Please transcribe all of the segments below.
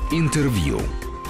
Интервью.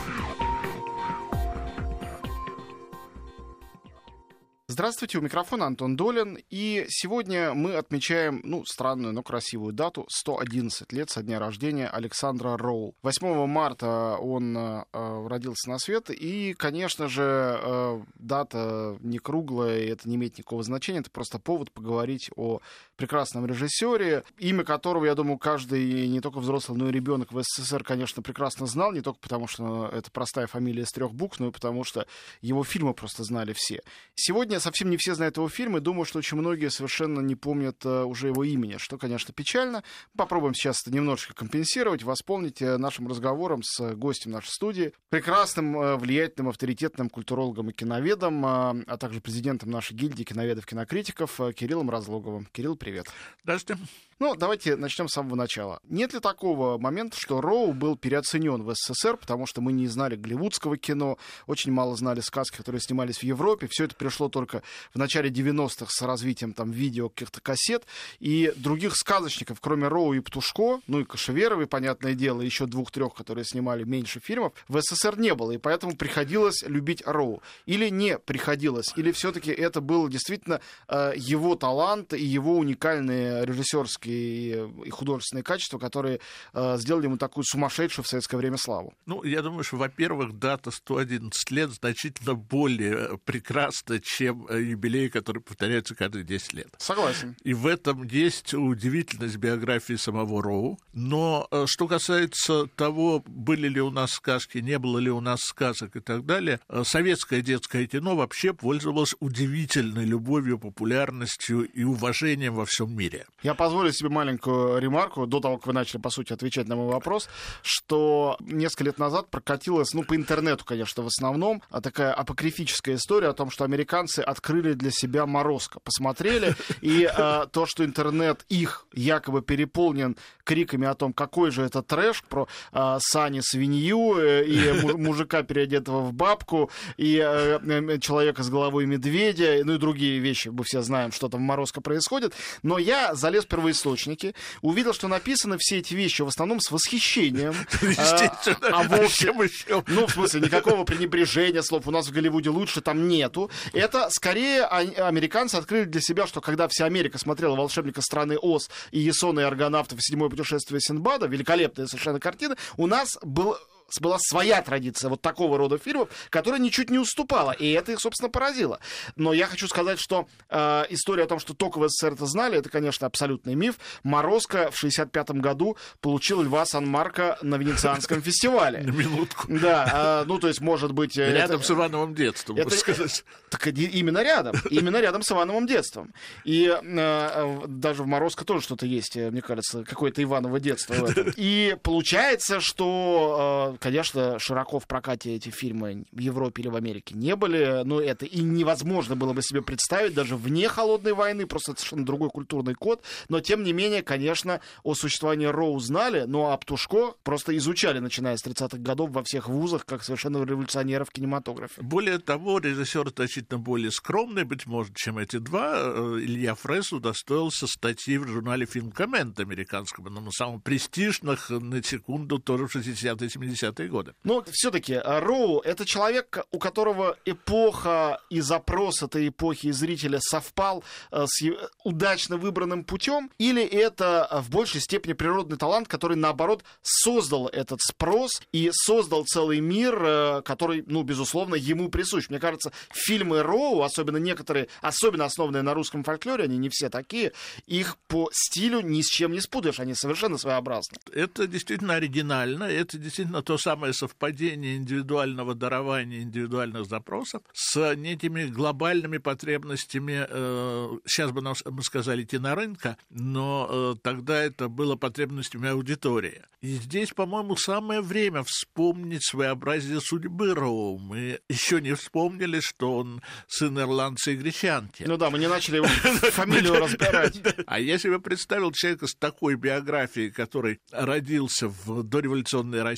Здравствуйте, у микрофона Антон Долин, и сегодня мы отмечаем, странную, но красивую дату, 111 лет со дня рождения Александра Роу. 8 марта он родился на свет, и, конечно же, дата не круглая, и это не имеет никакого значения, это просто повод поговорить о прекрасном режиссере, имя которого, я думаю, каждый, не только взрослый, но и ребенок в СССР, конечно, прекрасно знал, не только потому, что это простая фамилия с 3 букв, но и потому, что его фильмы просто знали все. Сегодня совсем не все знают его фильм, и думаю, что очень многие совершенно не помнят уже его имени, что, конечно, печально. Попробуем сейчас это немножечко компенсировать, восполнить нашим разговором с гостем нашей студии, прекрасным, влиятельным, авторитетным культурологом и киноведом, а также президентом нашей гильдии киноведов-кинокритиков Кириллом Разлоговым. Кирилл, привет. Здравствуйте. Давайте начнем с самого начала. Нет ли такого момента, что Роу был переоценен в СССР, потому что мы не знали голливудского кино, очень мало знали сказки, которые снимались в Европе, все это пришло только в начале 90-х с развитием видео, каких-то кассет, и других сказочников, кроме Роу и Птушко, и Кошеверовой, понятное дело, еще 2-3, которые снимали меньше фильмов, в СССР не было, и поэтому приходилось любить Роу. Или не приходилось, или все-таки это был действительно его талант и его уникальные режиссерские и художественные качества, которые сделали ему такую сумасшедшую в советское время славу. Я думаю, что, во-первых, дата 111 лет значительно более прекрасна, чем юбилей, который повторяется каждые 10 лет. Согласен. И в этом есть удивительность биографии самого Роу. Но что касается того, были ли у нас сказки, не было ли у нас сказок и так далее, советское детское кино вообще пользовалось удивительной любовью, популярностью и уважением во всем мире. Я позволю себе маленькую ремарку, до того, как вы начали, по сути, отвечать на мой вопрос, что несколько лет назад прокатилась, по интернету, конечно, в основном, такая апокрифическая история о том, что американцы открыли для себя Морозко. Посмотрели, и то, что интернет их якобы переполнен криками о том, какой же это трэш, про Сани свинью, и мужика, переодетого в бабку, и человека с головой медведя, и другие вещи, мы все знаем, что там в Морозко происходит. Но я залез в первоисточники, увидел, что написаны все эти вещи в основном с восхищением. Естественно. Вовсе, в смысле, никакого пренебрежения слов у нас в Голливуде лучше там нету. Это скорее американцы открыли для себя, что когда вся Америка смотрела «Волшебника страны Оз» и Ясона и Аргонавтов, «Седьмое путешествие Синдбада», великолепная совершенно картина, у нас была своя традиция такого рода фильмов, которая ничуть не уступала, и это их, собственно, поразило. Но я хочу сказать, что история о том, что только в СССР это знали, это, конечно, абсолютный миф. Морозко в 1965 году получил Льва Сан-Марко на Венецианском фестивале. На минутку. Да, то есть, может быть... Рядом с Ивановым детством, можно сказать. Так именно рядом с Ивановым детством. И даже в Морозко тоже что-то есть, мне кажется, какое-то Иваново детство в этом. И получается, что... Конечно, широко в прокате эти фильмы в Европе или в Америке не были, но это и невозможно было бы себе представить даже вне Холодной войны, просто совершенно другой культурный код, но тем не менее, конечно, о существовании Роу знали, но Птушко просто изучали, начиная с 30-х годов во всех вузах, как совершенно революционера в кинематографе. Более того, режиссер значительно более скромный, быть может, чем эти два. Илья Фрес удостоился статьи в журнале «Фильм-коммент» американском, на самых престижных, на секунду, тоже в 60-е, 70-е годы. Но все-таки Роу — это человек, у которого эпоха и запрос этой эпохи и зрителя совпал с удачно выбранным путем, или это в большей степени природный талант, который, наоборот, создал этот спрос и создал целый мир, который, безусловно, ему присущ. Мне кажется, фильмы Роу, особенно некоторые, особенно основанные на русском фольклоре, они не все такие, их по стилю ни с чем не спутаешь, они совершенно своеобразны. Это действительно оригинально, это действительно то самое совпадение индивидуального дарования, индивидуальных запросов с некими глобальными потребностями, сейчас бы мы сказали, кинорынка, но тогда это было потребностями аудитории. И здесь, по-моему, самое время вспомнить своеобразие судьбы Роу. Мы еще не вспомнили, что он сын ирландца и гречанки. Мы не начали его фамилию разбирать. А я себе представил человека с такой биографией, который родился в дореволюционной России,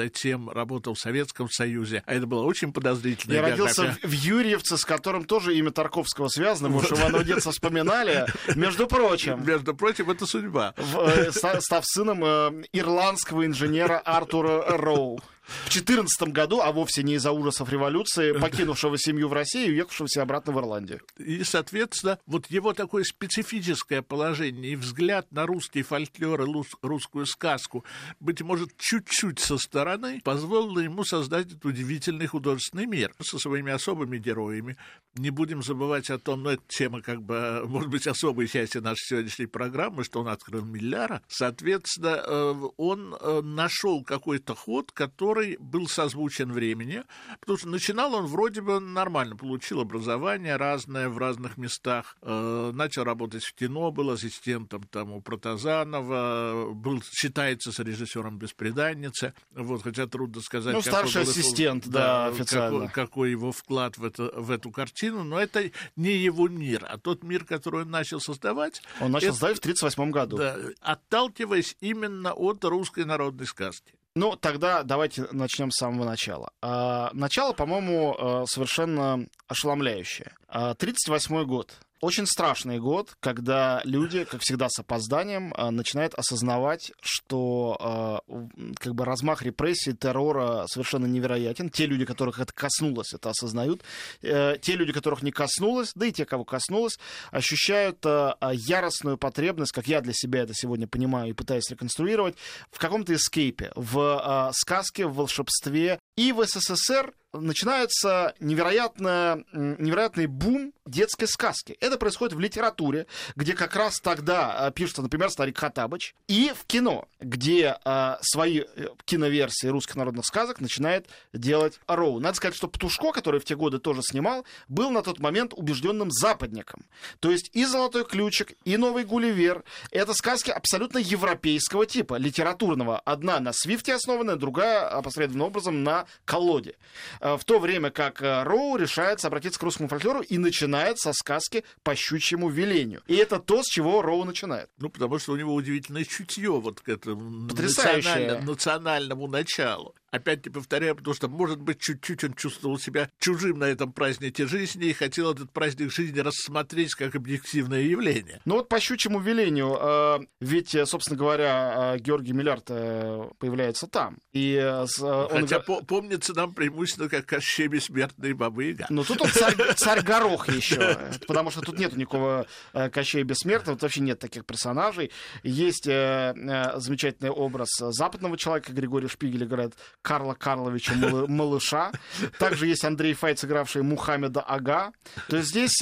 затем работал в Советском Союзе, а это была очень подозрительная Я биография. родился в Юрьевце, с которым тоже имя Тарковского связано, мы уж Иванова детства вспоминали, между прочим. Между прочим, это судьба. Став сыном ирландского инженера Артура Роу. В 2014 году, а вовсе не из-за ужасов революции, покинувшего семью в России и уехавшего обратно в Ирландию. И, соответственно, вот его такое специфическое положение и взгляд на русский фольклор и русскую сказку, быть может, чуть-чуть со стороны, позволило ему создать этот удивительный художественный мир со своими особыми героями. Не будем забывать о том, это тема, может быть, особой части нашей сегодняшней программы, что он открыл Милляра. Соответственно, он нашел какой-то ход, который был созвучен времени, потому что начинал он вроде бы нормально, получил образование разное в разных местах, начал работать в кино, был ассистентом у Протазанова, считается с режиссером «Бесприданницы», хотя трудно сказать, старший ассистент, официально. Какой его вклад в эту картину, но это не его мир, а тот мир, который он начал создавать. Он начал создавать в 1938 году. Да, отталкиваясь именно от русской народной сказки. Тогда давайте начнем с самого начала. Начало, по-моему, совершенно ошеломляющее. 1938 год. Очень страшный год, когда люди, как всегда с опозданием, начинают осознавать, что размах репрессий, террора совершенно невероятен. Те люди, которых это коснулось, это осознают. Те люди, которых не коснулось, да и те, кого коснулось, ощущают яростную потребность, как я для себя это сегодня понимаю и пытаюсь реконструировать, в каком-то эскейпе, в сказке, в волшебстве. И в СССР начинается невероятный бум детской сказки. Это происходит в литературе, где как раз тогда пишется, например, Старик Хоттабыч, и в кино, где свои киноверсии русских народных сказок начинает делать Роу. Надо сказать, что Птушко, который в те годы тоже снимал, был на тот момент убежденным западником. То есть и «Золотой ключик», и «Новый Гулливер» — это сказки абсолютно европейского типа, литературного. Одна на Свифте основанная, другая опосредованным образом на колоде. В то время как Роу решается обратиться к русскому фольклору и начинает со сказки «По щучьему велению». И это то, с чего Роу начинает. Потому что у него удивительное чутье к этому национальному началу. Опять-таки повторяю, потому что, может быть, чуть-чуть он чувствовал себя чужим на этом празднике жизни и хотел этот праздник жизни рассмотреть как объективное явление. По щучьему велению, ведь, собственно говоря, Георгий Милярд появляется там. Хотя помнится нам преимущественно как Кощей Бессмертный и Баба-Яга. Тут он царь Горох еще, потому что тут нет никакого Кощея Бессмертного, вообще нет таких персонажей. Есть замечательный образ западного человека, Григорий Шпигель играет Карла Карловича Малыша. Также есть Андрей Файц, игравший Мухаммеда Ага. То есть здесь,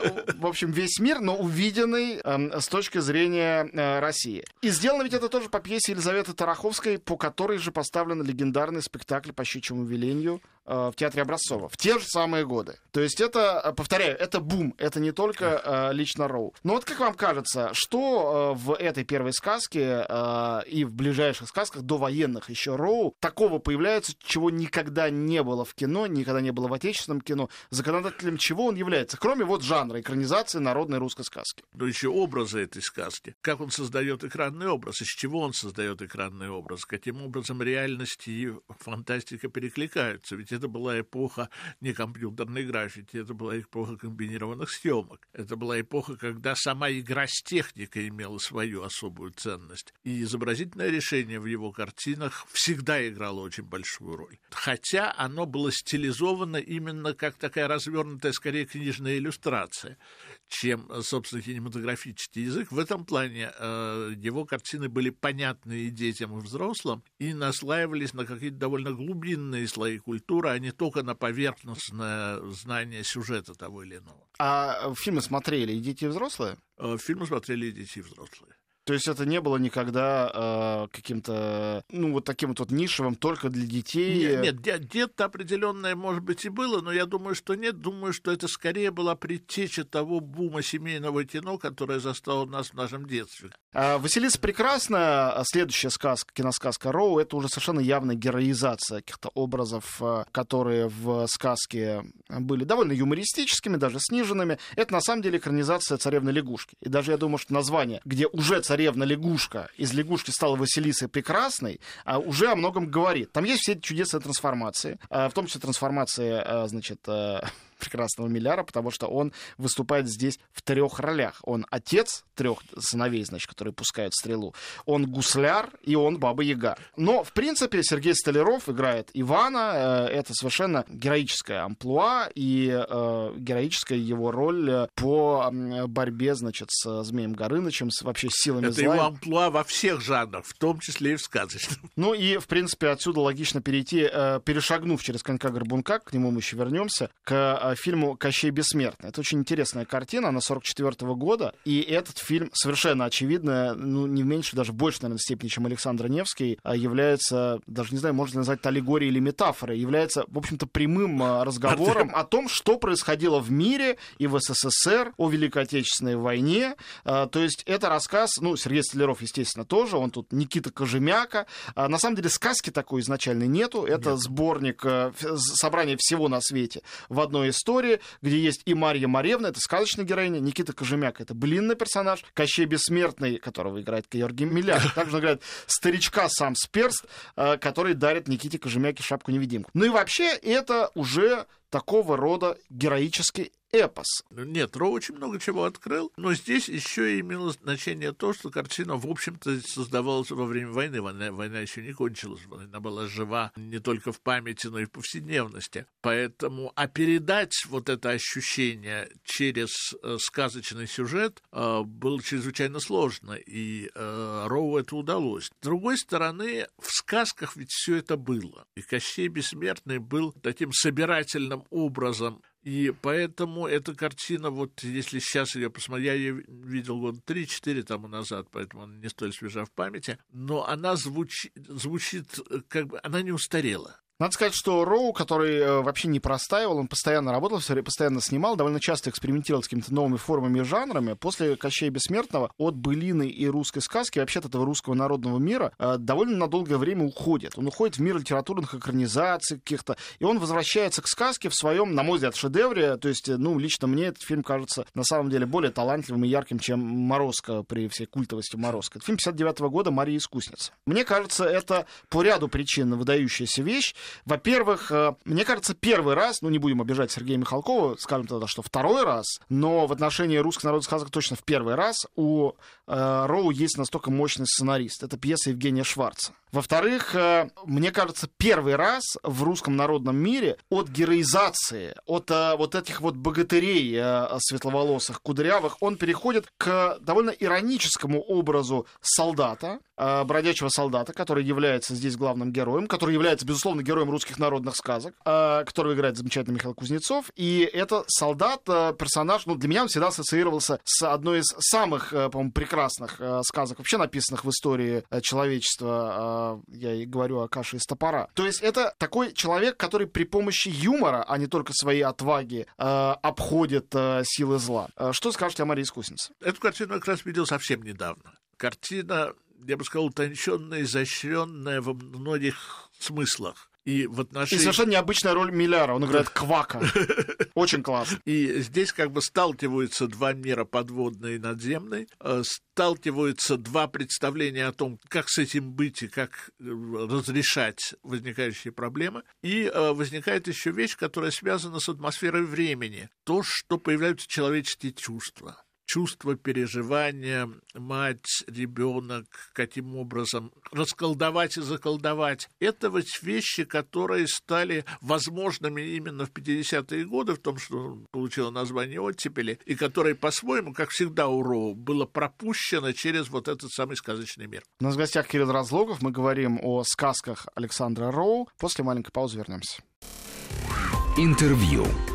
в общем, весь мир, но увиденный с точки зрения России. И сделано ведь это тоже по пьесе Елизаветы Тараховской, по которой же поставлен легендарный спектакль «По щучьему велению» в Театре Образцова в те же самые годы. То есть это, повторяю, это бум, это не только лично Роу. Но как вам кажется, что в этой первой сказке и в ближайших сказках довоенных еще Роу такого появляется, чего никогда не было в кино, никогда не было в отечественном кино, законодателем чего он является, кроме жанра экранизации народной русской сказки? Но еще образы этой сказки. Как он создает экранный образ, из чего он создает экранный образ, каким образом реальность и фантастика перекликаются. Ведь это была эпоха не компьютерной графики, это была эпоха комбинированных съемок. Это была эпоха, когда сама игра с техникой имела свою особую ценность. И изобразительное решение в его картинах всегда играло очень большую роль. Хотя оно было стилизовано именно как такая развернутая, скорее, книжная иллюстрация, чем, собственно, кинематографический язык. В этом плане его картины были понятны и детям, и взрослым, и наслаивались на какие-то довольно глубинные слои культуры, а не только на поверхностное знание сюжета того или иного. А фильмы смотрели и дети, и взрослые? Фильмы смотрели и дети, и взрослые. То есть это не было никогда каким-то, таким нишевым только для детей? Нет, где-то определенное, может быть, и было, но я думаю, что нет. Думаю, что это скорее была предтеча того бума семейного кино, которое застало нас в нашем детстве. «Василиса Прекрасная», следующая сказка, киносказка Роу, это уже совершенно явная героизация каких-то образов, которые в сказке были довольно юмористическими, даже сниженными. Это на самом деле экранизация «Царевны лягушки». И даже я думаю, что название, где уже царевна-лягушка из лягушки стала Василисой Прекрасной, уже о многом говорит. Там есть все эти чудесные трансформации, в том числе трансформация, значит, прекрасного Миляра, потому что он выступает здесь в 3 ролях. Он отец 3 сыновей, значит, которые пускают стрелу. Он гусляр и он Баба-Яга. Но, в принципе, Сергей Столяров играет Ивана. Это совершенно героическая амплуа и героическая его роль по борьбе, значит, с Змеем Горынычем, вообще с силами это зла. Это его амплуа во всех жанрах, в том числе и в сказочном. Ну и, в принципе, отсюда логично перейти, перешагнув через Конька-Горбунка, к нему мы еще вернемся, к фильму «Кощей Бессмертный». Это очень интересная картина, она 44-го года, и этот фильм совершенно очевидно, ну, не в меньшей, даже в большей, наверное, степени, чем Александр Невский, является, даже не знаю, можно назвать это аллегорией или метафорой, является, в общем-то, прямым разговором о том, что происходило в мире и в СССР, о Великой Отечественной войне. То есть это рассказ, ну, Сергей Столяров, естественно, тоже, он тут Никита Кожемяка. На самом деле сказки такой изначально нету, это сборник, собрание всего на свете в одной истории, где есть и Марья Маревна, это сказочная героиня, Никита Кожемяка, это былинный персонаж, Кощей Бессмертный, которого играет Георгий Миляр, также он играет старичка сам Сперст, который дарит Никите Кожемяке шапку-невидимку. Ну и вообще это уже такого рода героический эпос. Нет, Роу очень много чего открыл, но здесь еще и имело значение то, что картина, в общем-то, создавалась во время войны. Война еще не кончилась, она была жива не только в памяти, но и в повседневности. Поэтому, передать вот это ощущение через сказочный сюжет было чрезвычайно сложно, и Роу это удалось. С другой стороны, в сказках ведь все это было. И Кощей Бессмертный был таким собирательным образом. И поэтому эта картина, вот если сейчас ее посмотреть, я ее видел года 3-4 тому назад, поэтому она не столь свежа в памяти, но она звучит как бы, она не устарела. Надо сказать, что Роу, который вообще не простаивал, он постоянно работал, постоянно снимал, довольно часто экспериментировал с какими-то новыми формами и жанрами. После «Кощея Бессмертного» от былины и русской сказки, вообще от этого русского народного мира, довольно на долгое время уходит. Он уходит в мир литературных экранизаций каких-то, и он возвращается к сказке в своем, на мой взгляд, шедевре. То есть, ну, лично мне этот фильм кажется на самом деле более талантливым и ярким, чем «Морозко» при всей культовости «Морозко». Это фильм 59-го года «Мария Искусница». Мне кажется, это по ряду причин выдающаяся вещь. Во-первых, мне кажется, первый раз, ну, не будем обижать Сергея Михалкова, скажем тогда, что второй раз, но в отношении русской народной сказки точно в первый раз у Роу есть настолько мощный сценарист. Это пьеса Евгения Шварца. Во-вторых, мне кажется, первый раз в русском народном мире от героизации, от вот этих вот богатырей светловолосых, кудрявых, он переходит к довольно ироническому образу солдата, бродячего солдата, который является здесь главным героем, который является, безусловно, героем русских народных сказок, которого играет замечательный Михаил Кузнецов. И это солдат, персонаж, ну, для меня он всегда ассоциировался с одной из самых, по-моему, прекрасных сказок, вообще написанных в истории человечества. Я и говорю о «Каше из топора». То есть это такой человек, который при помощи юмора, а не только своей отваги, обходит силы зла. Что скажете о Марии Искуснице? Эту картину я как раз видел совсем недавно. Картина, я бы сказал, утонченная, изощренная во многих смыслах. И совершенно необычная роль Миляра. Он играет Квака. Очень классно. И здесь как бы сталкиваются два мира, подводный и надземный, сталкиваются два представления о том, как с этим быть и как разрешать возникающие проблемы. И возникает еще вещь, которая связана с атмосферой времени. То, что появляются человеческие чувства. Чувство, переживания, мать, ребенок, каким образом расколдовать и заколдовать. Это вот вещи, которые стали возможными именно в 50-е годы, в том, что получило название «Оттепели», и которые, по-своему, как всегда у Роу, было пропущено через вот этот самый сказочный мир. У нас в гостях Кирилл Разлогов. Мы говорим о сказках Александра Роу. После маленькой паузы вернемся. Интервью.